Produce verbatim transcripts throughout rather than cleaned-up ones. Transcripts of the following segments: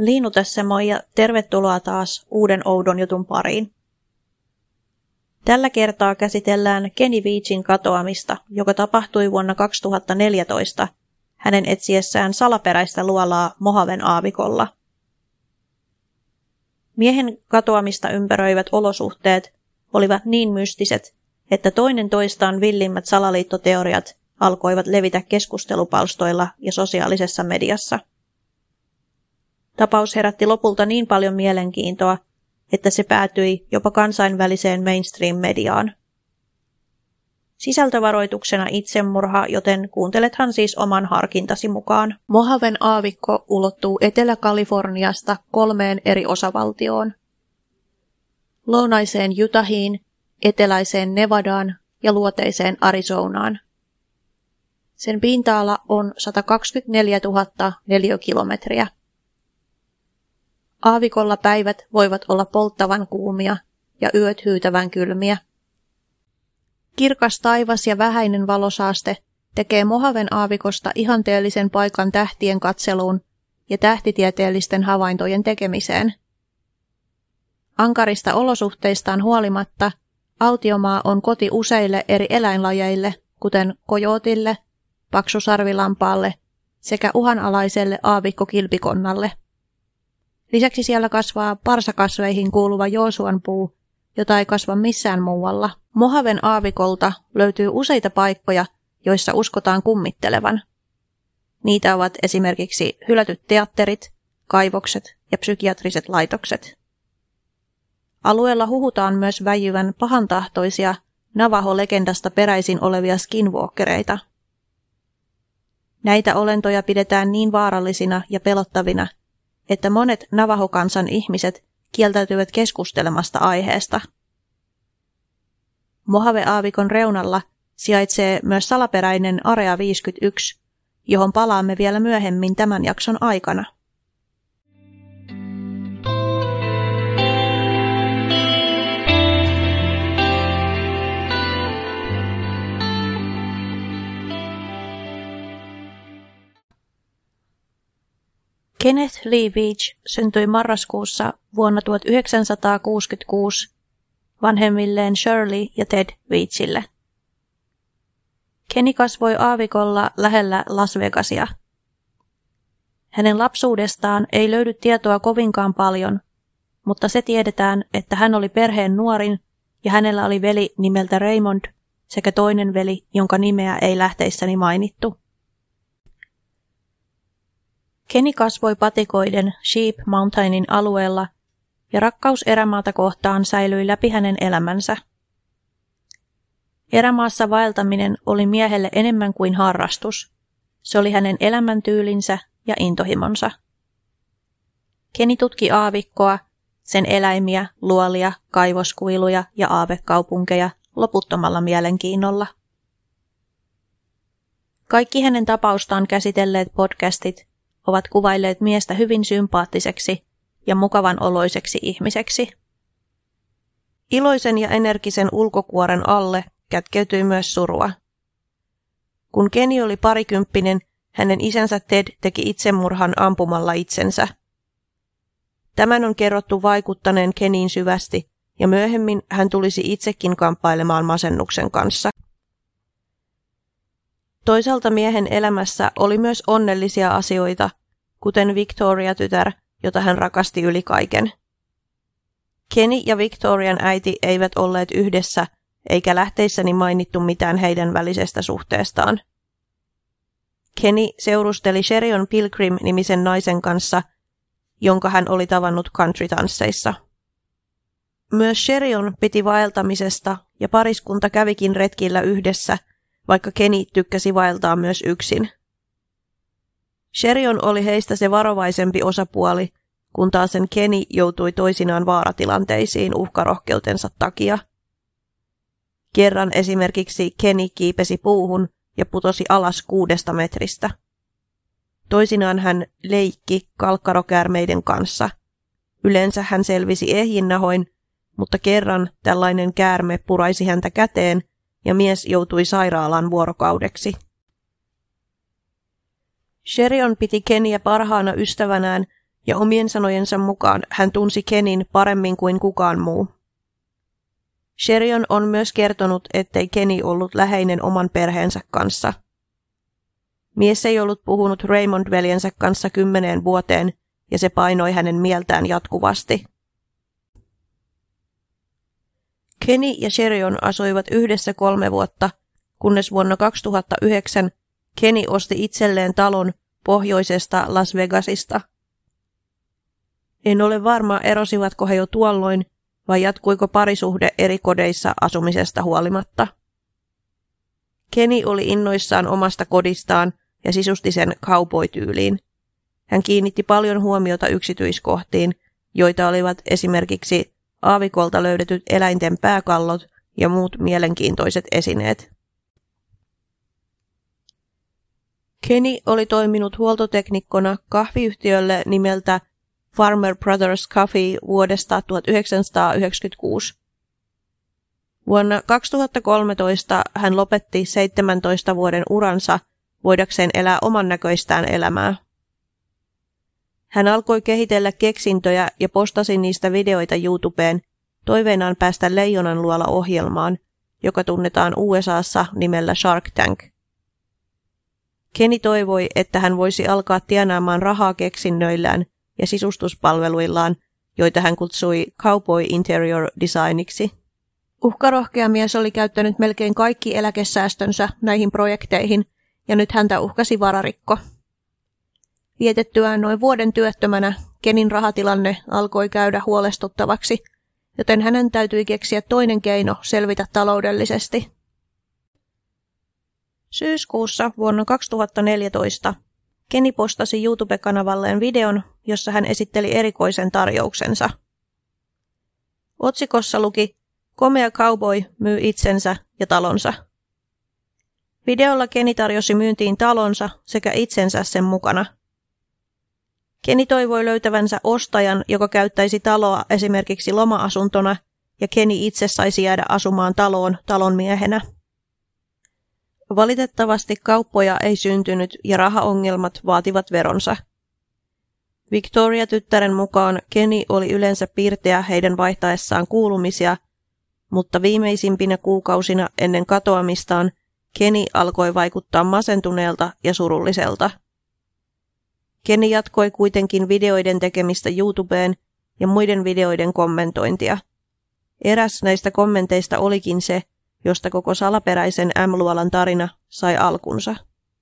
Liinu tässä moi ja tervetuloa taas uuden oudon jutun pariin. Tällä kertaa käsitellään Kenny Veachin katoamista, joka tapahtui vuonna kaksituhattaneljätoista hänen etsiessään salaperäistä luolaa Mojaven aavikolla. Miehen katoamista ympäröivät olosuhteet olivat niin mystiset, että toinen toistaan villimmät salaliittoteoriat alkoivat levitä keskustelupalstoilla ja sosiaalisessa mediassa. Tapaus herätti lopulta niin paljon mielenkiintoa, että se päätyi jopa kansainväliseen mainstream-mediaan. Sisältövaroituksena itsemurha, joten kuuntelethan siis oman harkintasi mukaan. Mojaven aavikko ulottuu Etelä-Kaliforniasta kolmeen eri osavaltioon. Lounaiseen Utahiin, eteläiseen Nevadaan ja luoteiseen Arizonaan. Sen pinta-ala on sata kaksikymmentäneljätuhatta neliökilometriä. Aavikolla päivät voivat olla polttavan kuumia ja yöt hyytävän kylmiä. Kirkas taivas ja vähäinen valosaaste tekee Mojaven aavikosta ihanteellisen paikan tähtien katseluun ja tähtitieteellisten havaintojen tekemiseen. Ankarista olosuhteistaan huolimatta autiomaa on koti useille eri eläinlajeille, kuten kojootille, paksusarvilampaalle sekä uhanalaiselle aavikkokilpikonnalle. Lisäksi siellä kasvaa parsakasveihin kuuluva joosuanpuu, jota ei kasva missään muualla. Mojaven aavikolta löytyy useita paikkoja, joissa uskotaan kummittelevan. Niitä ovat esimerkiksi hylätyt teatterit, kaivokset ja psykiatriset laitokset. Alueella huhutaan myös väijyvän pahantahtoisia Navajo-legendasta peräisin olevia skinwalkereita. Näitä olentoja pidetään niin vaarallisina ja pelottavina, että monet Navajo-kansan ihmiset kieltäytyvät keskustelemasta aiheesta. Mojave-aavikon reunalla sijaitsee myös salaperäinen Area viisikymmentäyksi, johon palaamme vielä myöhemmin tämän jakson aikana. Kenneth Lee Veach syntyi marraskuussa vuonna tuhatyhdeksänsataakuusikymmentäkuusi vanhemmilleen Shirley ja Ted Veachille. Kenny kasvoi aavikolla lähellä Las Vegasia. Hänen lapsuudestaan ei löydy tietoa kovinkaan paljon, mutta se tiedetään, että hän oli perheen nuorin ja hänellä oli veli nimeltä Raymond sekä toinen veli, jonka nimeä ei lähteissäni mainittu. Kenny kasvoi patikoiden Sheep Mountainin alueella ja rakkaus erämaata kohtaan säilyi läpi hänen elämänsä. Erämaassa vaeltaminen oli miehelle enemmän kuin harrastus. Se oli hänen elämäntyylinsä ja intohimonsa. Kenny tutki aavikkoa, sen eläimiä, luolia, kaivoskuiluja ja aavekaupunkeja loputtomalla mielenkiinnolla. Kaikki hänen tapaustaan käsitelleet podcastit ovat kuvailleet miestä hyvin sympaattiseksi ja mukavan oloiseksi ihmiseksi. Iloisen ja energisen ulkokuoren alle kätkeytyi myös surua. Kun Kenny oli parikymppinen, hänen isänsä Ted teki itsemurhan ampumalla itsensä. Tämän on kerrottu vaikuttaneen Kennyin syvästi, ja myöhemmin hän tulisi itsekin kamppailemaan masennuksen kanssa. Toisaalta miehen elämässä oli myös onnellisia asioita, kuten Victoria-tytär, jota hän rakasti yli kaiken. Kenny ja Victorian äiti eivät olleet yhdessä, eikä lähteissäni mainittu mitään heidän välisestä suhteestaan. Kenny seurusteli Sherion Pilgrim-nimisen naisen kanssa, jonka hän oli tavannut country-tansseissa. Myös Sherion piti vaeltamisesta ja pariskunta kävikin retkillä yhdessä, vaikka Kenny tykkäsi vaeltaa myös yksin. Sherion oli heistä se varovaisempi osapuoli, kun taas sen Kenny joutui toisinaan vaaratilanteisiin uhkarohkeutensa takia. Kerran esimerkiksi Kenny kiipesi puuhun ja putosi alas kuudesta metristä. Toisinaan hän leikki kalkkarokäärmeiden kanssa. Yleensä hän selvisi ehjinnahoin, mutta kerran tällainen käärme puraisi häntä käteen ja mies joutui sairaalaan vuorokaudeksi. Sherion piti Kennyä parhaana ystävänään ja omien sanojensa mukaan hän tunsi Kenin paremmin kuin kukaan muu. Sherion on myös kertonut, ettei Kenny ollut läheinen oman perheensä kanssa. Mies ei ollut puhunut Raymond-veljensä kanssa kymmeneen vuoteen, ja se painoi hänen mieltään jatkuvasti. Kenny ja Sherion asuivat yhdessä kolme vuotta, kunnes vuonna kaksituhattayhdeksän Kenny osti itselleen talon pohjoisesta Las Vegasista. En ole varma, erosivatko he jo tuolloin, vai jatkuiko parisuhde eri kodeissa asumisesta huolimatta. Kenny oli innoissaan omasta kodistaan ja sisusti sen cowboy-tyyliin. Hän kiinnitti paljon huomiota yksityiskohtiin, joita olivat esimerkiksi aavikolta löydetyt eläinten pääkallot ja muut mielenkiintoiset esineet. Kenny oli toiminut huoltoteknikkona kahviyhtiölle nimeltä Farmer Brothers Coffee vuodesta tuhatyhdeksänsataayhdeksänkymmentäkuusi. Vuonna kaksituhattakolmetoista hän lopetti seitsemäntoista vuoden uransa voidakseen elää oman näköistään elämää. Hän alkoi kehitellä keksintöjä ja postasi niistä videoita YouTubeen toiveinaan päästä Leijonan luola -ohjelmaan, joka tunnetaan U S A:ssa nimellä Shark Tank. Kenny toivoi, että hän voisi alkaa tienaamaan rahaa keksinnöillään ja sisustuspalveluillaan, joita hän kutsui Cowboy Interior Designiksi. Uhkarohkea mies oli käyttänyt melkein kaikki eläkesäästönsä näihin projekteihin, ja nyt häntä uhkasi vararikko. Vietettyään noin vuoden työttömänä Kennyn rahatilanne alkoi käydä huolestuttavaksi, joten hänen täytyi keksiä toinen keino selvitä taloudellisesti. Syyskuussa vuonna kaksituhattaneljätoista Kenny postasi YouTube-kanavalleen videon, jossa hän esitteli erikoisen tarjouksensa. Otsikossa luki "Komea cowboy myy itsensä ja talonsa". Videolla Kenny tarjosi myyntiin talonsa sekä itsensä sen mukana. Kenny toivoi löytävänsä ostajan, joka käyttäisi taloa esimerkiksi loma-asuntona, ja Kenny itse saisi jäädä asumaan taloon talonmiehenä. Valitettavasti kauppoja ei syntynyt ja rahaongelmat vaativat veronsa. Victoria-tyttären mukaan Kenny oli yleensä pirteä heidän vaihtaessaan kuulumisia, mutta viimeisimpinä kuukausina ennen katoamistaan Kenny alkoi vaikuttaa masentuneelta ja surulliselta. Kenny jatkoi kuitenkin videoiden tekemistä YouTubeen ja muiden videoiden kommentointia. Eräs näistä kommenteista olikin se, josta koko salaperäisen M-luolan tarina sai alkunsa.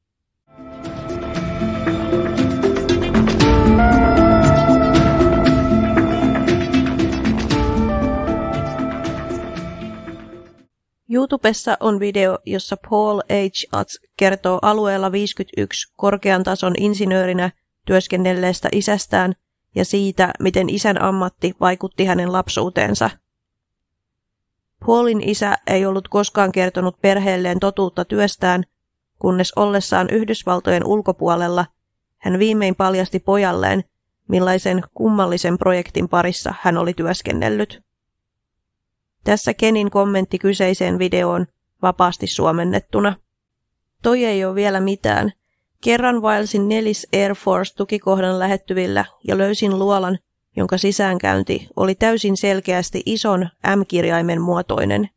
YouTubessa on video, jossa Paul H. Utz kertoo alueella viisikymmentäyksi korkean tason insinöörinä työskennelleestä isästään ja siitä, miten isän ammatti vaikutti hänen lapsuuteensa. Paulin isä ei ollut koskaan kertonut perheelleen totuutta työstään, kunnes ollessaan Yhdysvaltojen ulkopuolella hän viimein paljasti pojalleen, millaisen kummallisen projektin parissa hän oli työskennellyt. Tässä Kennyn kommentti kyseiseen videoon vapaasti suomennettuna. Toi ei ole vielä mitään. Kerran vaelsin Nellis Air Force-tukikohdan lähettyvillä ja löysin luolan, jonka sisäänkäynti oli täysin selkeästi ison M-kirjaimen muotoinen.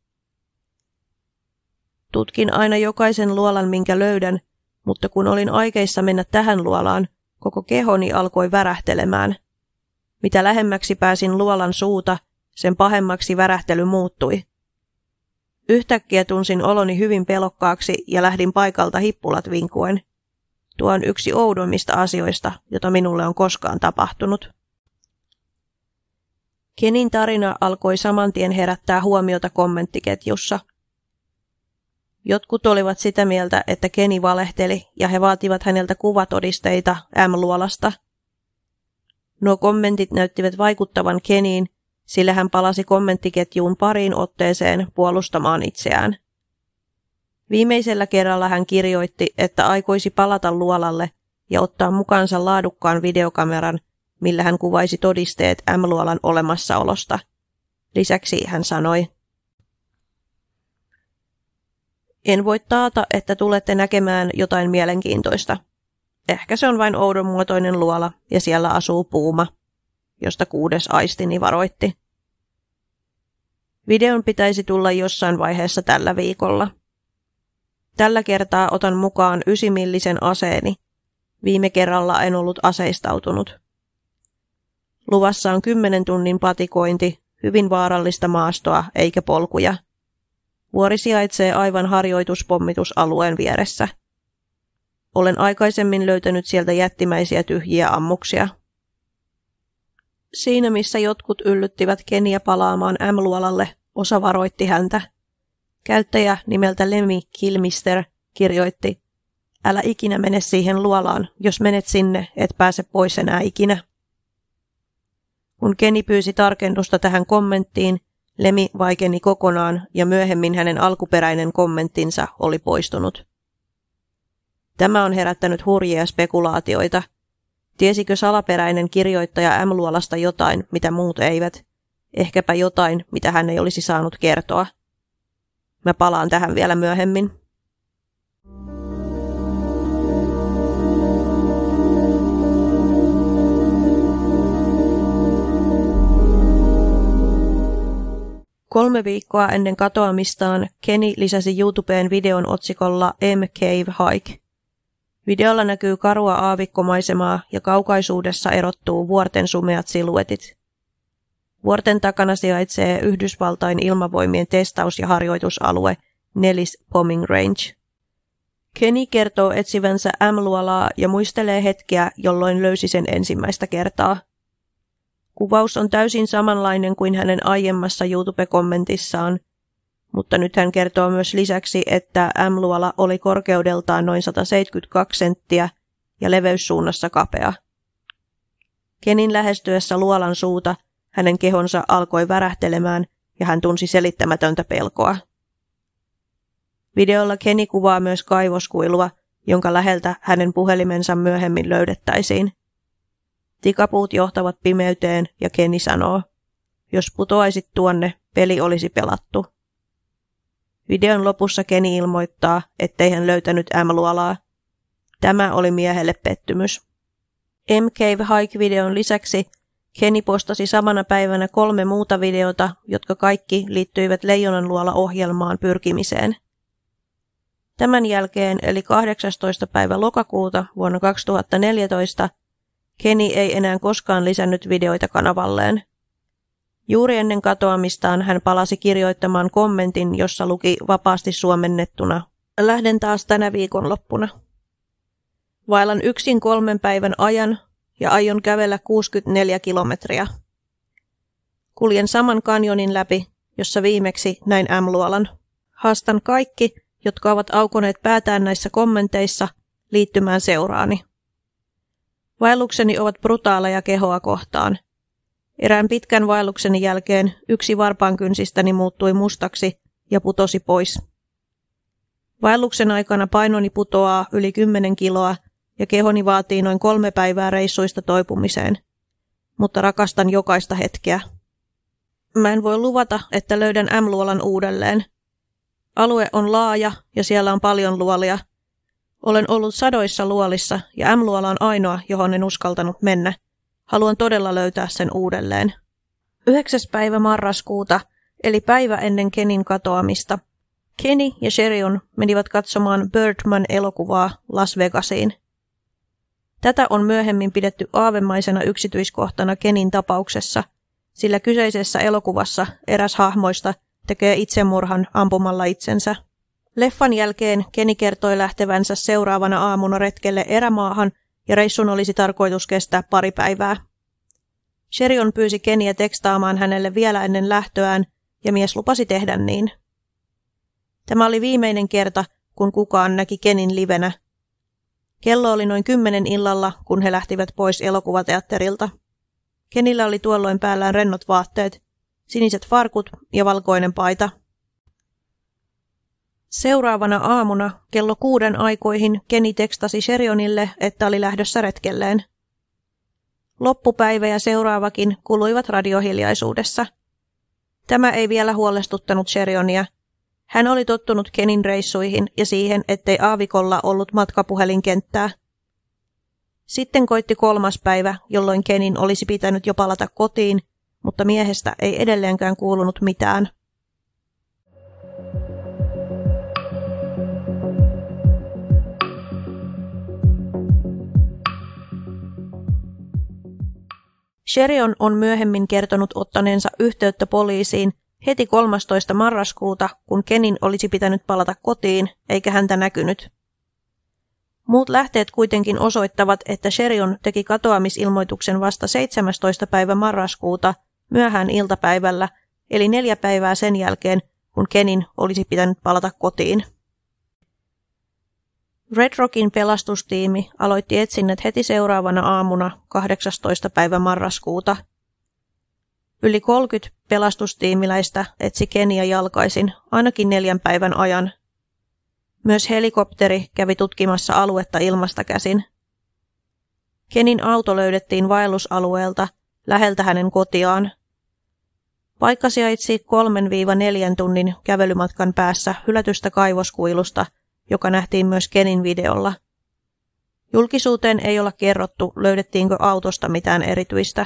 Tutkin aina jokaisen luolan, minkä löydän, mutta kun olin aikeissa mennä tähän luolaan, koko kehoni alkoi värähtelemään. Mitä lähemmäksi pääsin luolan suuta, sen pahemmaksi värähtely muuttui. Yhtäkkiä tunsin oloni hyvin pelokkaaksi ja lähdin paikalta hippulat vinkuen. Tuo on yksi oudoimmista asioista, jota minulle on koskaan tapahtunut. Kennyn tarina alkoi saman tien herättää huomiota kommenttiketjussa. Jotkut olivat sitä mieltä, että Kenny valehteli ja he vaativat häneltä kuvatodisteita M-luolasta. Nuo kommentit näyttivät vaikuttavan Kennyin, sillä hän palasi kommenttiketjuun pariin otteeseen puolustamaan itseään. Viimeisellä kerralla hän kirjoitti, että aikoisi palata luolalle ja ottaa mukaansa laadukkaan videokameran, millä hän kuvaisi todisteet M-luolan olemassaolosta. Lisäksi hän sanoi: "En voi taata, että tulette näkemään jotain mielenkiintoista. ehkä se on vain oudonmuotoinen luola ja siellä asuu puuma, josta kuudes aistini varoitti. Videon pitäisi tulla jossain vaiheessa tällä viikolla. Tällä kertaa otan mukaan ysimillisen aseeni. Viime kerralla en ollut aseistautunut. Luvassa on kymmenen tunnin patikointi, hyvin vaarallista maastoa eikä polkuja. Vuori sijaitsee aivan harjoituspomitusalueen vieressä. Olen aikaisemmin löytänyt sieltä jättimäisiä tyhjiä ammuksia. Siinä missä jotkut yllyttivät Keniä palaamaan M-luolalle, osa varoitti häntä. Käyttäjä nimeltä Lemmy Kilmister kirjoitti, älä ikinä mene siihen luolaan, jos menet sinne, et pääse pois enää ikinä. Kun Kenny pyysi tarkennusta tähän kommenttiin, Lemmy vaikeni kokonaan ja myöhemmin hänen alkuperäinen kommenttinsa oli poistunut. Tämä on herättänyt hurjia spekulaatioita. Tiesikö salaperäinen kirjoittaja M-luolasta jotain, mitä muut eivät? Ehkäpä jotain, mitä hän ei olisi saanut kertoa. Mä palaan tähän vielä myöhemmin. Kolme viikkoa ennen katoamistaan Kenny lisäsi YouTubeen videon otsikolla M Cave Hike. Videolla näkyy karua aavikkomaisemaa ja kaukaisuudessa erottuu vuorten sumeat siluetit. Vuorten takana sijaitsee Yhdysvaltain ilmavoimien testaus- ja harjoitusalue Nellis Bombing Range. Kenny kertoo etsivänsä M-luolaa ja muistelee hetkeä, jolloin löysi sen ensimmäistä kertaa. Kuvaus on täysin samanlainen kuin hänen aiemmassa YouTube-kommentissaan, mutta nyt hän kertoo myös lisäksi, että M-luola oli korkeudeltaan noin sata seitsemänkymmentäkaksi senttiä ja leveyssuunnassa kapea. Kenin lähestyessä luolan suuta hänen kehonsa alkoi värähtelemään ja hän tunsi selittämätöntä pelkoa. Videolla Kenny kuvaa myös kaivoskuilua, jonka läheltä hänen puhelimensa myöhemmin löydettäisiin. Tikapuut johtavat pimeyteen ja Kenny sanoo, jos putoaisit tuonne, peli olisi pelattu. Videon lopussa Kenny ilmoittaa, ettei hän löytänyt M-luolaa. Tämä oli miehelle pettymys. M Cave Hike-videon lisäksi Kenny postasi samana päivänä kolme muuta videota, jotka kaikki liittyivät Leijonanluola-ohjelmaan pyrkimiseen. Tämän jälkeen, eli kahdeksastoista päivä lokakuuta vuonna kaksituhattaneljätoista, Kenny ei enää koskaan lisännyt videoita kanavalleen. Juuri ennen katoamistaan hän palasi kirjoittamaan kommentin, jossa luki vapaasti suomennettuna, lähden taas tänä viikonloppuna. Vaellan yksin kolmen päivän ajan ja aion kävellä kuusikymmentäneljä kilometriä. Kuljen saman kanjonin läpi, jossa viimeksi näin M-luolan. Haastan kaikki, jotka ovat aukoneet päätään näissä kommenteissa, liittymään seuraani. Vaellukseni ovat brutaaleja kehoa kohtaan. Erään pitkän vaellukseni jälkeen yksi varpaankynsistäni muuttui mustaksi ja putosi pois. Vaelluksen aikana painoni putoaa yli kymmenen kiloa ja kehoni vaatii noin kolme päivää reissuista toipumiseen, mutta rakastan jokaista hetkeä. Mä en voi luvata, että löydän M-luolan uudelleen. Alue on laaja ja siellä on paljon luolia. Olen ollut sadoissa luolissa ja M-luola on ainoa, johon en uskaltanut mennä. Haluan todella löytää sen uudelleen. yhdeksäs päivä marraskuuta, eli päivä ennen Kenin katoamista, Kenny ja Sherion menivät katsomaan Birdman-elokuvaa Las Vegasiin. Tätä on myöhemmin pidetty aavemaisena yksityiskohtana Kenin tapauksessa, sillä kyseisessä elokuvassa eräs hahmoista tekee itsemurhan ampumalla itsensä. Leffan jälkeen Kenny kertoi lähtevänsä seuraavana aamuna retkelle erämaahan ja reissun olisi tarkoitus kestää pari päivää. Sherion pyysi Kennyä tekstaamaan hänelle vielä ennen lähtöään ja mies lupasi tehdä niin. Tämä oli viimeinen kerta, kun kukaan näki Kenin livenä. Kello oli noin kymmenen illalla, kun he lähtivät pois elokuvateatterilta. Kenillä oli tuolloin päällään rennot vaatteet, siniset farkut ja valkoinen paita. Seuraavana aamuna kello kuuden aikoihin Kenny tekstasi Sherionille, että oli lähdössä retkelleen. Loppupäivä ja seuraavakin kuluivat radiohiljaisuudessa. Tämä ei vielä huolestuttanut Sherionia. Hän oli tottunut Kenin reissuihin ja siihen, ettei aavikolla ollut matkapuhelinkenttää. Sitten koitti kolmas päivä, jolloin Kenin olisi pitänyt jo palata kotiin, mutta miehestä ei edelleenkään kuulunut mitään. Sherion on myöhemmin kertonut ottaneensa yhteyttä poliisiin heti kolmastoista marraskuuta, kun Kenin olisi pitänyt palata kotiin, eikä häntä näkynyt. Muut lähteet kuitenkin osoittavat, että Sherion teki katoamisilmoituksen vasta seitsemästoista päivä marraskuuta myöhään iltapäivällä, eli neljä päivää sen jälkeen, kun Kenin olisi pitänyt palata kotiin. Red Rockin pelastustiimi aloitti etsinnät heti seuraavana aamuna kahdeksastoista päivä marraskuuta. Yli kolmekymmentä pelastustiimiläistä etsi Keniä jalkaisin ainakin neljän päivän ajan. Myös helikopteri kävi tutkimassa aluetta ilmasta käsin. Kenin auto löydettiin vaellusalueelta läheltä hänen kotiaan. Paikka sijaitsi kolmesta neljään tunnin kävelymatkan päässä hylätystä kaivoskuilusta, joka nähtiin myös Kenin videolla. Julkisuuteen ei olla kerrottu, löydettiinkö autosta mitään erityistä.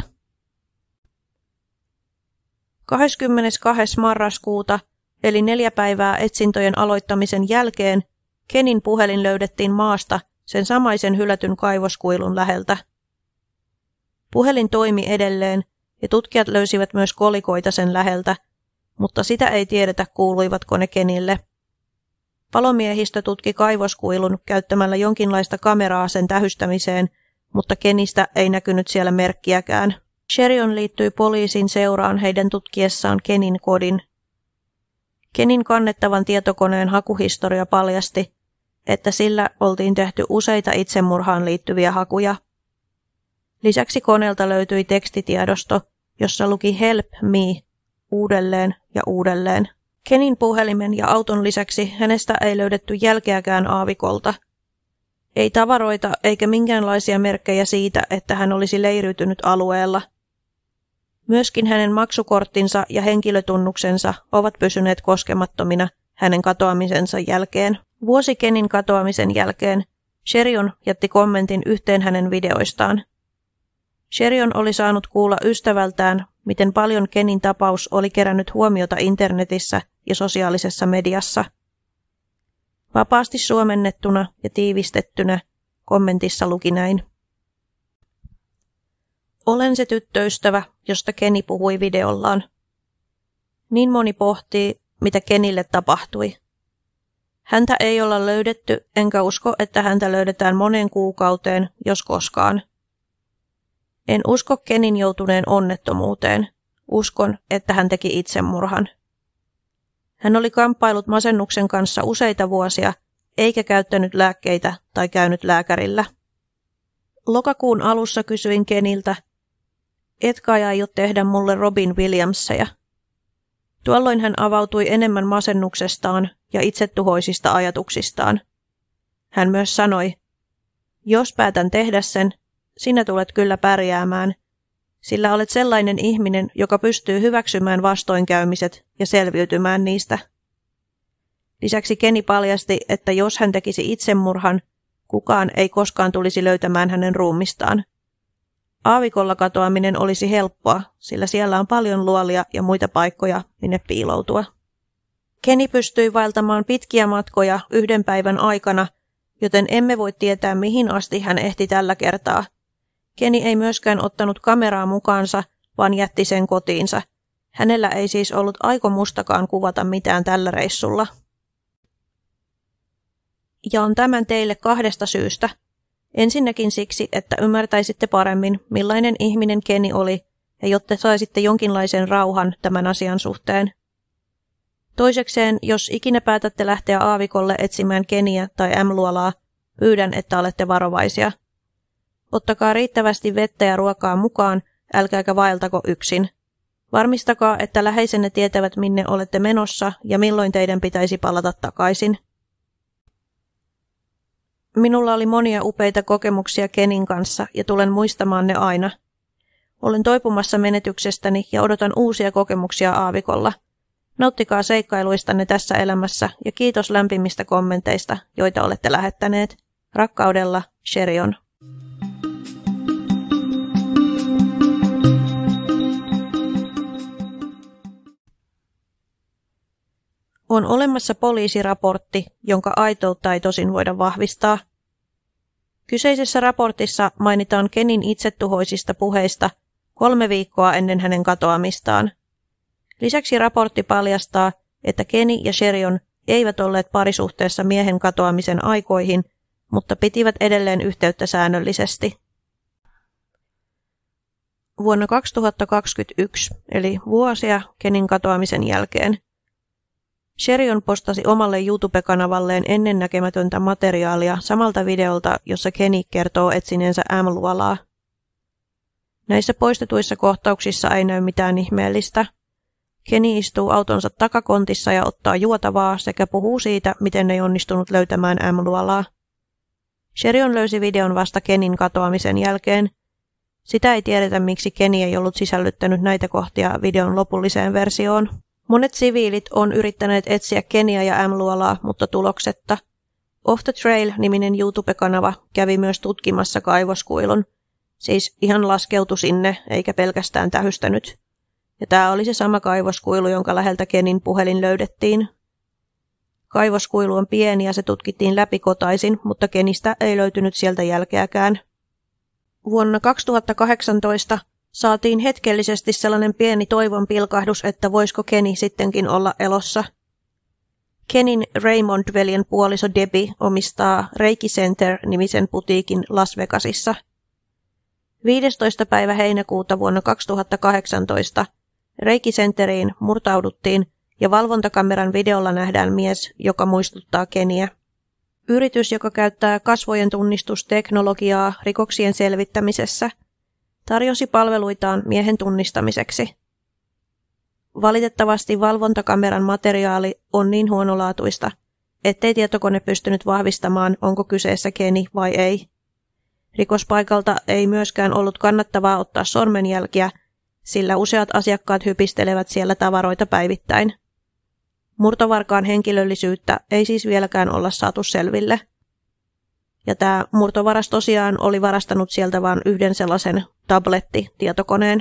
kahdeskymmenestoinen marraskuuta, eli neljä päivää etsintöjen aloittamisen jälkeen, Kenin puhelin löydettiin maasta sen samaisen hylätyn kaivoskuilun läheltä. Puhelin toimi edelleen ja tutkijat löysivät myös kolikoita sen läheltä, mutta sitä ei tiedetä, kuuluivatko ne Kenille. Palomiehistö tutki kaivoskuilun käyttämällä jonkinlaista kameraa sen tähystämiseen, mutta Kenistä ei näkynyt siellä merkkiäkään. Sherion liittyi poliisin seuraan heidän tutkiessaan Kenin kodin. Kenin kannettavan tietokoneen hakuhistoria paljasti, että sillä oltiin tehty useita itsemurhaan liittyviä hakuja. Lisäksi koneelta löytyi tekstitiedosto, jossa luki Help me uudelleen ja uudelleen. Kenin puhelimen ja auton lisäksi hänestä ei löydetty jälkeäkään aavikolta. Ei tavaroita eikä minkäänlaisia merkkejä siitä, että hän olisi leiriytynyt alueella. Myöskin hänen maksukorttinsa ja henkilötunnuksensa ovat pysyneet koskemattomina hänen katoamisensa jälkeen. Vuosi Kenin katoamisen jälkeen Sherion jätti kommentin yhteen hänen videoistaan. Sherion oli saanut kuulla ystävältään, miten paljon Kenin tapaus oli kerännyt huomiota internetissä ja sosiaalisessa mediassa. Vapaasti suomennettuna ja tiivistettynä kommentissa luki näin. Olen se tyttöystävä, josta Keni puhui videollaan. Niin moni pohtii, mitä Kenille tapahtui. Häntä ei olla löydetty, enkä usko, että häntä löydetään moneen kuukauteen, jos koskaan. En usko Kenin joutuneen onnettomuuteen. Uskon, että hän teki itsemurhan. Hän oli kamppailut masennuksen kanssa useita vuosia, eikä käyttänyt lääkkeitä tai käynyt lääkärillä. Lokakuun alussa kysyin Keniltä, etkä aio tehdä mulle Robin Williamseja. Tuolloin hän avautui enemmän masennuksestaan ja itsetuhoisista ajatuksistaan. Hän myös sanoi, jos päätän tehdä sen, sinä tulet kyllä pärjäämään, sillä olet sellainen ihminen, joka pystyy hyväksymään vastoinkäymiset ja selviytymään niistä. Lisäksi Keni paljasti, että jos hän tekisi itsemurhan, kukaan ei koskaan tulisi löytämään hänen ruumistaan. Aavikolla katoaminen olisi helppoa, sillä siellä on paljon luolia ja muita paikkoja, minne piiloutua. Keni pystyi vaeltamaan pitkiä matkoja yhden päivän aikana, joten emme voi tietää, mihin asti hän ehti tällä kertaa. Keni ei myöskään ottanut kameraa mukaansa, vaan jätti sen kotiinsa. Hänellä ei siis ollut aikomustakaan kuvata mitään tällä reissulla. Ja on tämän teille kahdesta syystä. Ensinnäkin siksi, että ymmärtäisitte paremmin, millainen ihminen Keni oli, ja jotta saisitte jonkinlaisen rauhan tämän asian suhteen. Toisekseen, jos ikinä päätätte lähteä aavikolle etsimään Keniä tai M-luolaa, pyydän, että olette varovaisia. Ottakaa riittävästi vettä ja ruokaa mukaan, älkääkä vaeltako yksin. Varmistakaa, että läheisenne tietävät, minne olette menossa ja milloin teidän pitäisi palata takaisin. Minulla oli monia upeita kokemuksia Kenin kanssa ja tulen muistamaan ne aina. Olen toipumassa menetyksestäni ja odotan uusia kokemuksia aavikolla. Nauttikaa seikkailuistanne tässä elämässä ja kiitos lämpimistä kommenteista, joita olette lähettäneet. Rakkaudella, Sherion. On olemassa poliisiraportti, jonka aitoutta ei tosin voida vahvistaa. Kyseisessä raportissa mainitaan Kenin itsetuhoisista puheista kolme viikkoa ennen hänen katoamistaan. Lisäksi raportti paljastaa, että Kenny ja Sherion eivät olleet parisuhteessa miehen katoamisen aikoihin, mutta pitivät edelleen yhteyttä säännöllisesti. Vuonna kaksituhattakaksikymmentäyksi, eli vuosia Kenin katoamisen jälkeen, Sherion postasi omalle YouTube-kanavalleen ennennäkemätöntä materiaalia samalta videolta, jossa Kenny kertoo etsineensä M-luolaa. Näissä poistetuissa kohtauksissa ei näy mitään ihmeellistä. Kenny istuu autonsa takakontissa ja ottaa juotavaa sekä puhuu siitä, miten ei onnistunut löytämään M-luolaa. Sherion löysi videon vasta Kenin katoamisen jälkeen. Sitä ei tiedetä, miksi Kenny ei ollut sisällyttänyt näitä kohtia videon lopulliseen versioon. Monet siviilit on yrittäneet etsiä Kennyä ja M-luolaa, mutta tuloksetta. Off the Trail-niminen YouTube-kanava kävi myös tutkimassa kaivoskuilun. Siis ihan laskeutui sinne, eikä pelkästään tähystänyt. Ja tämä oli se sama kaivoskuilu, jonka läheltä Kenin puhelin löydettiin. Kaivoskuilu on pieni ja se tutkittiin läpikotaisin, mutta Kenistä ei löytynyt sieltä jälkeäkään. Vuonna kaksituhattakahdeksantoista saatiin hetkellisesti sellainen pieni toivon pilkahdus, että voisiko Kenny sittenkin olla elossa. Kenin Raymond-veljen puoliso Debbie omistaa Reiki Center-nimisen putiikin Las Vegasissa. viidestoista päivä heinäkuuta vuonna kaksituhattakahdeksantoista Reiki Centeriin murtauduttiin ja valvontakameran videolla nähdään mies, joka muistuttaa Kennyä. Yritys, joka käyttää kasvojen tunnistusteknologiaa rikoksien selvittämisessä, tarjosi palveluitaan miehen tunnistamiseksi. Valitettavasti valvontakameran materiaali on niin huonolaatuista, ettei tietokone pystynyt vahvistamaan, onko kyseessä Kenny vai ei. Rikospaikalta ei myöskään ollut kannattavaa ottaa sormenjälkiä, sillä useat asiakkaat hypistelevät siellä tavaroita päivittäin. Murtovarkaan henkilöllisyyttä ei siis vieläkään olla saatu selville. Ja tämä murtovaras tosiaan oli varastanut sieltä vain yhden sellaisen tabletti-tietokoneen.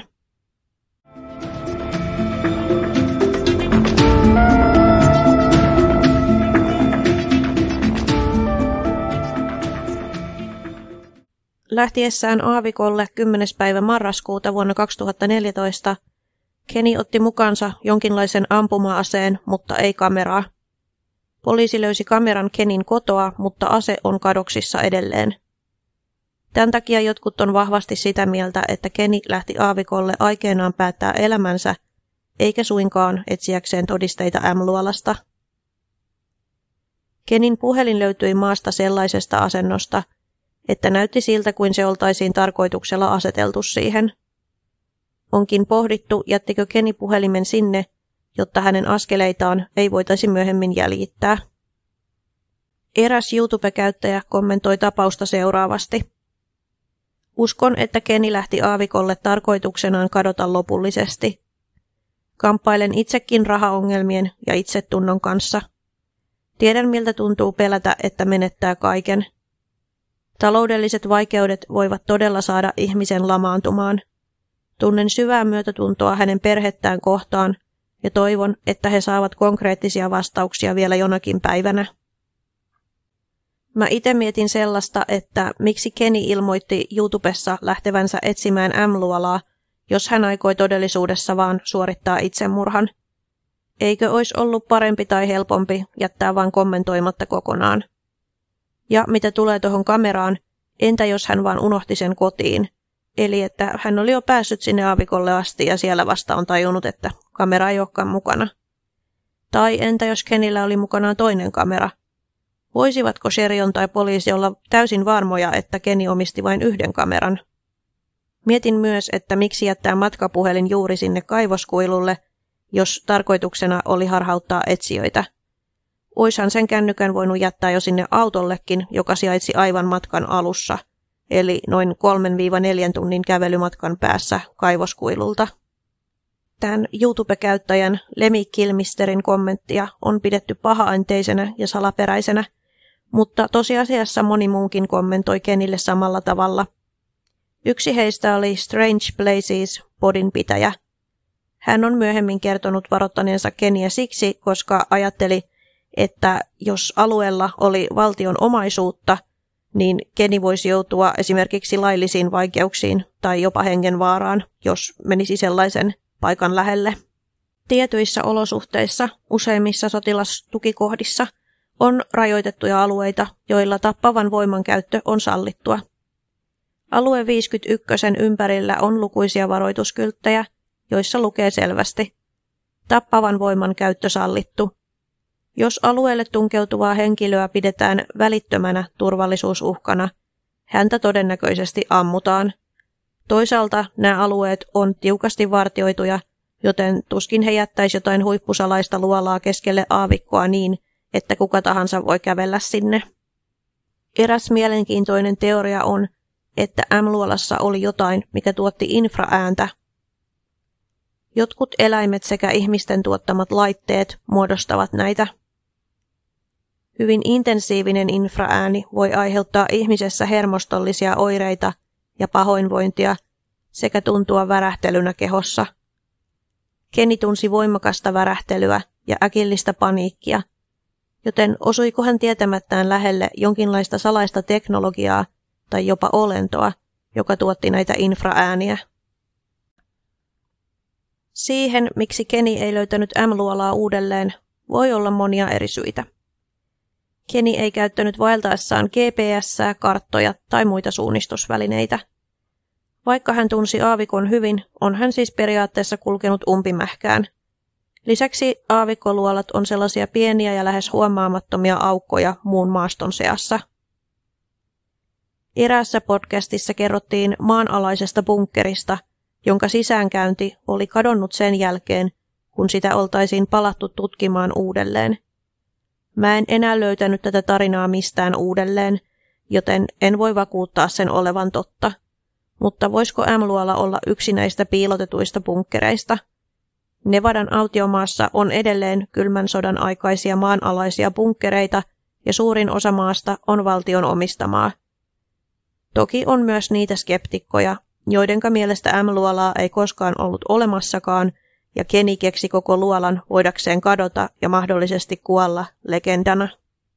Lähtiessään aavikolle kymmenes päivä marraskuuta vuonna kaksituhattaneljätoista Kenny otti mukansa jonkinlaisen ampuma-aseen, mutta ei kameraa. Poliisi löysi kameran Kennyn kotoa, mutta ase on kadoksissa edelleen. Tämän takia jotkut on vahvasti sitä mieltä, että Kenny lähti aavikolle aikeenaan päättää elämänsä, eikä suinkaan etsiäkseen todisteita M-luolasta. Kennyn puhelin löytyi maasta sellaisesta asennosta, että näytti siltä kuin se oltaisiin tarkoituksella aseteltu siihen. Onkin pohdittu, jättikö Kenny puhelimen sinne, jotta hänen askeleitaan ei voitaisi myöhemmin jäljittää. Eräs YouTube-käyttäjä kommentoi tapausta seuraavasti. Uskon, että Kenny lähti aavikolle tarkoituksenaan kadota lopullisesti. Kamppailen itsekin rahaongelmien ja itsetunnon kanssa. Tiedän, miltä tuntuu pelätä, että menettää kaiken. Taloudelliset vaikeudet voivat todella saada ihmisen lamaantumaan. Tunnen syvää myötätuntoa hänen perhettään kohtaan ja toivon, että he saavat konkreettisia vastauksia vielä jonakin päivänä. Mä itse mietin sellaista, että miksi Kenny ilmoitti YouTubessa lähtevänsä etsimään M-luolaa, jos hän aikoi todellisuudessa vaan suorittaa itsemurhan. Eikö olisi ollut parempi tai helpompi jättää vaan kommentoimatta kokonaan? Ja mitä tulee tuohon kameraan, entä jos hän vaan unohti sen kotiin? Eli että hän oli jo päässyt sinne aavikolle asti ja siellä vasta on tajunnut, että kamera ei olekaan mukana. Tai entä jos Kennyllä oli mukanaan toinen kamera? Voisivatko Sherion tai poliisi olla täysin varmoja, että Kenny omisti vain yhden kameran? Mietin myös, että miksi jättää matkapuhelin juuri sinne kaivoskuilulle, jos tarkoituksena oli harhauttaa etsijöitä. Oishan sen kännykän voinut jättää jo sinne autollekin, joka sijaitsi aivan matkan alussa, eli noin kolmesta neljään tunnin kävelymatkan päässä kaivoskuilulta. Tämän YouTube-käyttäjän Lemmy Kilmisterin kommenttia on pidetty pahaenteisenä ja salaperäisenä, mutta tosiasiassa moni muunkin kommentoi Kennylle samalla tavalla. Yksi heistä oli Strange Places -podin pitäjä. Hän on myöhemmin kertonut varoittaneensa Keniä siksi, koska ajatteli, että jos alueella oli valtion omaisuutta, niin Keni voisi joutua esimerkiksi laillisiin vaikeuksiin tai jopa hengenvaaraan, jos menisi sellaisen paikan lähelle. Tietyissä olosuhteissa, useimmissa sotilastukikohdissa, on rajoitettuja alueita, joilla tappavan voiman käyttö on sallittua. Alue viisikymmentäyksi ympärillä on lukuisia varoituskylttejä, joissa lukee selvästi: tappavan voiman käyttö sallittu. Jos alueelle tunkeutuvaa henkilöä pidetään välittömänä turvallisuusuhkana, häntä todennäköisesti ammutaan. Toisaalta nämä alueet on tiukasti vartioituja, joten tuskin he jättäisi jotain huippusalaista luolaa keskelle aavikkoa niin, että kuka tahansa voi kävellä sinne. Eräs mielenkiintoinen teoria on, että M-luolassa oli jotain, mikä tuotti infraääntä. Jotkut eläimet sekä ihmisten tuottamat laitteet muodostavat näitä. Hyvin intensiivinen infraääni voi aiheuttaa ihmisessä hermostollisia oireita ja pahoinvointia sekä tuntua värähtelynä kehossa. Kenny tunsi voimakasta värähtelyä ja äkillistä paniikkia, joten osuiko hän tietämättään lähelle jonkinlaista salaista teknologiaa tai jopa olentoa, joka tuotti näitä infraääniä. Siihen, miksi Kenny ei löytänyt M-luolaa uudelleen, voi olla monia eri syitä. Kenny ei käyttänyt vaeltaessaan G P S:ää, karttoja tai muita suunnistusvälineitä. Vaikka hän tunsi aavikon hyvin, on hän siis periaatteessa kulkenut umpimähkään. Lisäksi aavikkoluolat on sellaisia pieniä ja lähes huomaamattomia aukkoja muun maaston seassa. Eräässä podcastissa kerrottiin maanalaisesta bunkkerista, jonka sisäänkäynti oli kadonnut sen jälkeen, kun sitä oltaisiin palattu tutkimaan uudelleen. Mä en enää löytänyt tätä tarinaa mistään uudelleen, joten en voi vakuuttaa sen olevan totta. Mutta voisiko M-luola olla yksi näistä piilotetuista bunkkereista? Nevadan autiomaassa on edelleen kylmän sodan aikaisia maanalaisia bunkkereita ja suurin osa maasta on valtion omistamaa. Toki on myös niitä skeptikkoja, joidenka mielestä M-luolaa ei koskaan ollut olemassakaan ja Kenny keksi koko luolan voidakseen kadota ja mahdollisesti kuolla legendana.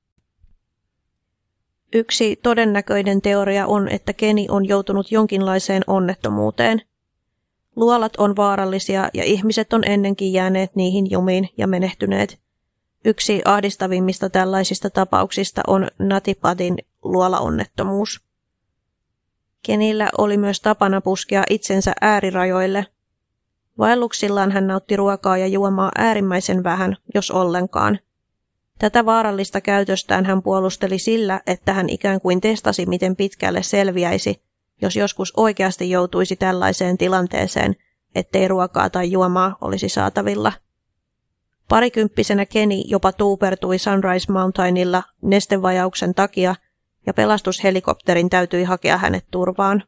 Yksi todennäköinen teoria on, että Kenny on joutunut jonkinlaiseen onnettomuuteen. Luolat on vaarallisia ja ihmiset on ennenkin jääneet niihin jumiin ja menehtyneet. Yksi ahdistavimmista tällaisista tapauksista on Natipadin luolaonnettomuus. Kennyllä oli myös tapana puskea itsensä äärirajoille. Vaelluksillaan hän nautti ruokaa ja juomaa äärimmäisen vähän, jos ollenkaan. Tätä vaarallista käytöstään hän puolusteli sillä, että hän ikään kuin testasi, miten pitkälle selviäisi, jos joskus oikeasti joutuisi tällaiseen tilanteeseen, ettei ruokaa tai juomaa olisi saatavilla. Parikymppisenä Kenny jopa tuupertui Sunrise Mountainilla nestevajauksen takia, ja pelastushelikopterin täytyi hakea hänet turvaan.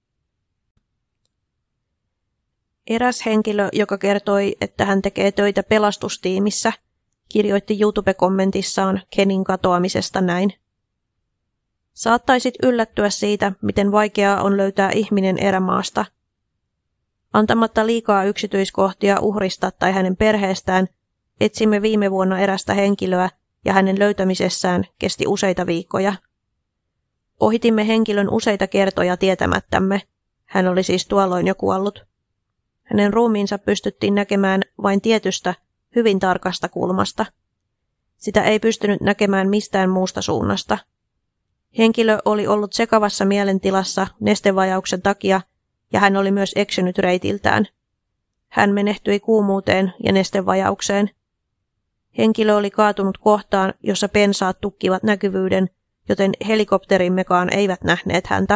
Eräs henkilö, joka kertoi, että hän tekee töitä pelastustiimissä, kirjoitti YouTube-kommentissaan Kennyn katoamisesta näin. Saattaisit yllättyä siitä, miten vaikeaa on löytää ihminen erämaasta. Antamatta liikaa yksityiskohtia uhrista tai hänen perheestään, etsimme viime vuonna erästä henkilöä ja hänen löytämisessään kesti useita viikkoja. Ohitimme henkilön useita kertoja tietämättämme. Hän oli siis tuolloin jo kuollut. Hänen ruumiinsa pystyttiin näkemään vain tietystä, hyvin tarkasta kulmasta. Sitä ei pystynyt näkemään mistään muusta suunnasta. Henkilö oli ollut sekavassa mielentilassa nestevajauksen takia ja hän oli myös eksynyt reitiltään. Hän menehtyi kuumuuteen ja nestevajaukseen. Henkilö oli kaatunut kohtaan, jossa pensaat tukkivat näkyvyyden, joten helikopterimmekaan eivät nähneet häntä.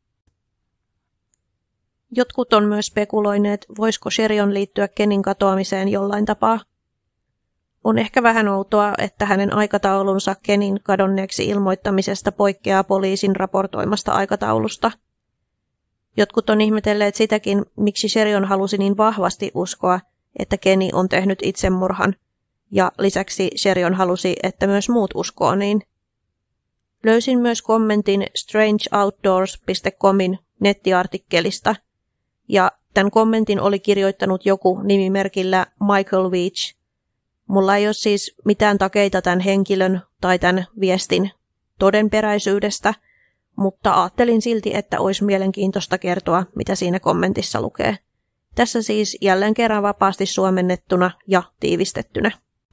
Jotkut on myös spekuloineet, voisiko Sherion liittyä Kennyn katoamiseen jollain tapaa. On ehkä vähän outoa, että hänen aikataulunsa Kennyn kadonneeksi ilmoittamisesta poikkeaa poliisin raportoimasta aikataulusta. Jotkut on ihmetelleet sitäkin, miksi Sherion halusi niin vahvasti uskoa, että Kenny on tehnyt itsemurhan, ja lisäksi Sherion halusi, että myös muut uskoo niin. Löysin myös kommentin strange outdoors piste comin nettiartikkelista, ja Tämän kommentin oli kirjoittanut joku nimimerkillä Michael Veach. Mulla ei ole siis mitään takeita tämän henkilön tai tämän viestin todenperäisyydestä, mutta ajattelin silti, että olisi mielenkiintoista kertoa, mitä siinä kommentissa lukee. Tässä siis jälleen kerran vapaasti suomennettuna ja tiivistettynä.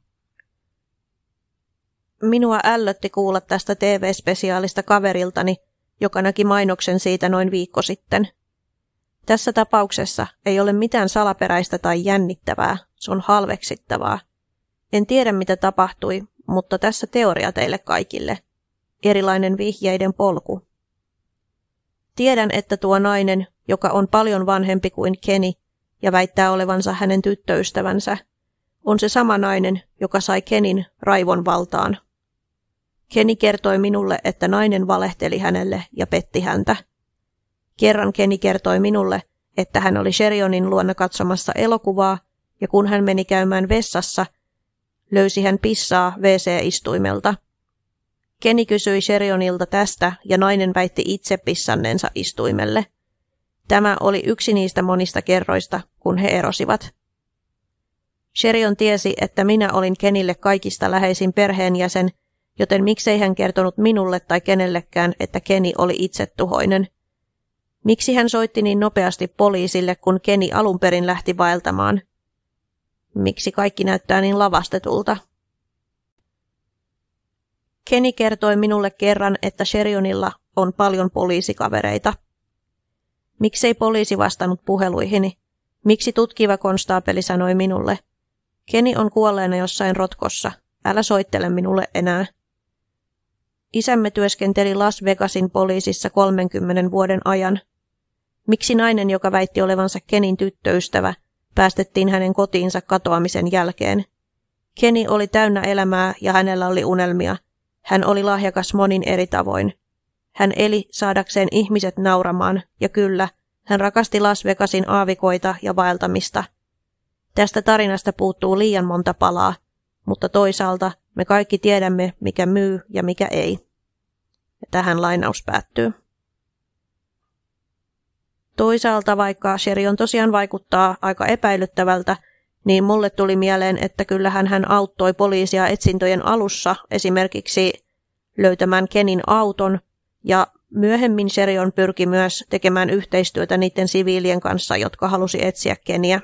Minua ällötti kuulla tästä T V-spesiaalista kaveriltani, joka näki mainoksen siitä noin viikko sitten. Tässä tapauksessa ei ole mitään salaperäistä tai jännittävää, se on halveksittavaa. En tiedä mitä tapahtui, mutta tässä teoria teille kaikille. Erilainen vihjeiden polku. Tiedän, että tuo nainen, joka on paljon vanhempi kuin Kenny ja väittää olevansa hänen tyttöystävänsä, on se sama nainen, joka sai Kenin raivon valtaan. Kenny kertoi minulle, että nainen valehteli hänelle ja petti häntä. Kerran Kenny kertoi minulle, että hän oli Sherionin luona katsomassa elokuvaa, ja kun hän meni käymään vessassa, löysi hän pissaa W C-istuimelta. Kenny kysyi Sherionilta tästä, ja nainen väitti itse pissanneensa istuimelle. Tämä oli yksi niistä monista kerroista, kun he erosivat. Sherion tiesi, että minä olin Kenille kaikista läheisin perheenjäsen, joten miksei hän kertonut minulle tai kenellekään, että Kenny oli itsetuhoinen. Miksi hän soitti niin nopeasti poliisille, kun Kenny alun perin lähti vaeltamaan? Miksi kaikki näyttää niin lavastetulta? Kenny kertoi minulle kerran, että Sherionilla on paljon poliisikavereita. Miksei poliisi vastannut puheluihini? Miksi tutkiva konstaapeli sanoi minulle? Kenny on kuolleena jossain rotkossa. Älä soittele minulle enää. Isämme työskenteli Las Vegasin poliisissa kolmenkymmenen vuoden ajan. Miksi nainen, joka väitti olevansa Kenin tyttöystävä, päästettiin hänen kotiinsa katoamisen jälkeen? Kenny oli täynnä elämää ja hänellä oli unelmia. Hän oli lahjakas monin eri tavoin. Hän eli saadakseen ihmiset nauramaan, ja kyllä, hän rakasti Las Vegasin aavikoita ja vaeltamista. Tästä tarinasta puuttuu liian monta palaa, mutta toisaalta me kaikki tiedämme, mikä myy ja mikä ei. Ja tähän lainaus päättyy. Toisaalta, vaikka Sherion tosiaan vaikuttaa aika epäilyttävältä, niin mulle tuli mieleen, että kyllähän hän auttoi poliisia etsintöjen alussa esimerkiksi löytämään Kenin auton, ja myöhemmin Sherion pyrki myös tekemään yhteistyötä niiden siviilien kanssa, jotka halusi etsiä Keniä.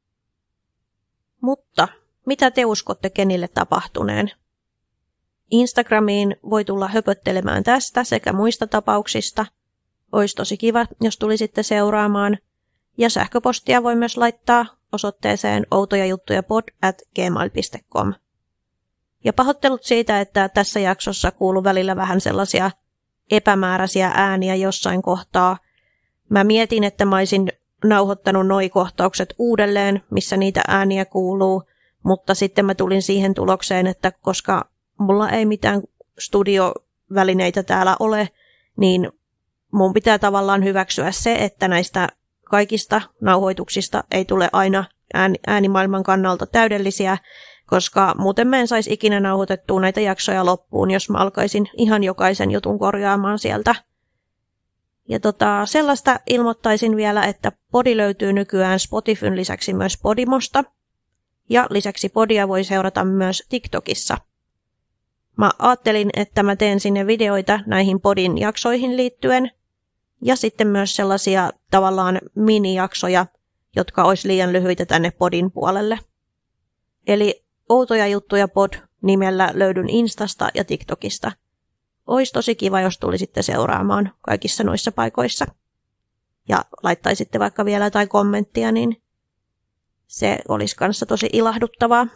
Mutta mitä te uskotte Kenille tapahtuneen? Instagramiin voi tulla höpöttelemään tästä sekä muista tapauksista. Olisi tosi kiva, jos tulisitte seuraamaan. Ja sähköpostia voi myös laittaa osoitteeseen outojajuttuja-pod at gmail piste com. Ja pahoittelut siitä, että tässä jaksossa kuuluu välillä vähän sellaisia epämääräisiä ääniä jossain kohtaa. Mä mietin, että mä olisin nauhoittanut noi kohtaukset uudelleen, missä niitä ääniä kuuluu, mutta sitten mä tulin siihen tulokseen, että koska mulla ei mitään studiovälineitä täällä ole, niin mun pitää tavallaan hyväksyä se, että näistä kaikista nauhoituksista ei tule aina äänimaailman kannalta täydellisiä, koska muuten mä en saisi ikinä nauhoitettua näitä jaksoja loppuun, jos mä alkaisin ihan jokaisen jutun korjaamaan sieltä. Ja tota, sellaista ilmoittaisin vielä, että podi löytyy nykyään Spotifyn lisäksi myös Podimosta, ja lisäksi podia voi seurata myös TikTokissa. Mä ajattelin, että mä teen sinne videoita näihin podin jaksoihin liittyen, ja sitten myös sellaisia tavallaan minijaksoja, jotka olisi liian lyhyitä tänne podin puolelle. Eli Outoja juttuja pod nimellä löydyn Instasta ja TikTokista. Ois tosi kiva, jos tulisitte seuraamaan kaikissa noissa paikoissa. Ja laittaisitte vaikka vielä jotain kommenttia, niin se olisi kanssa tosi ilahduttavaa.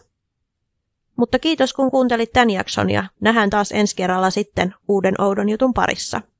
Mutta kiitos kun kuuntelit tämän jakson ja nähdään taas ensi kerralla sitten uuden oudon jutun parissa.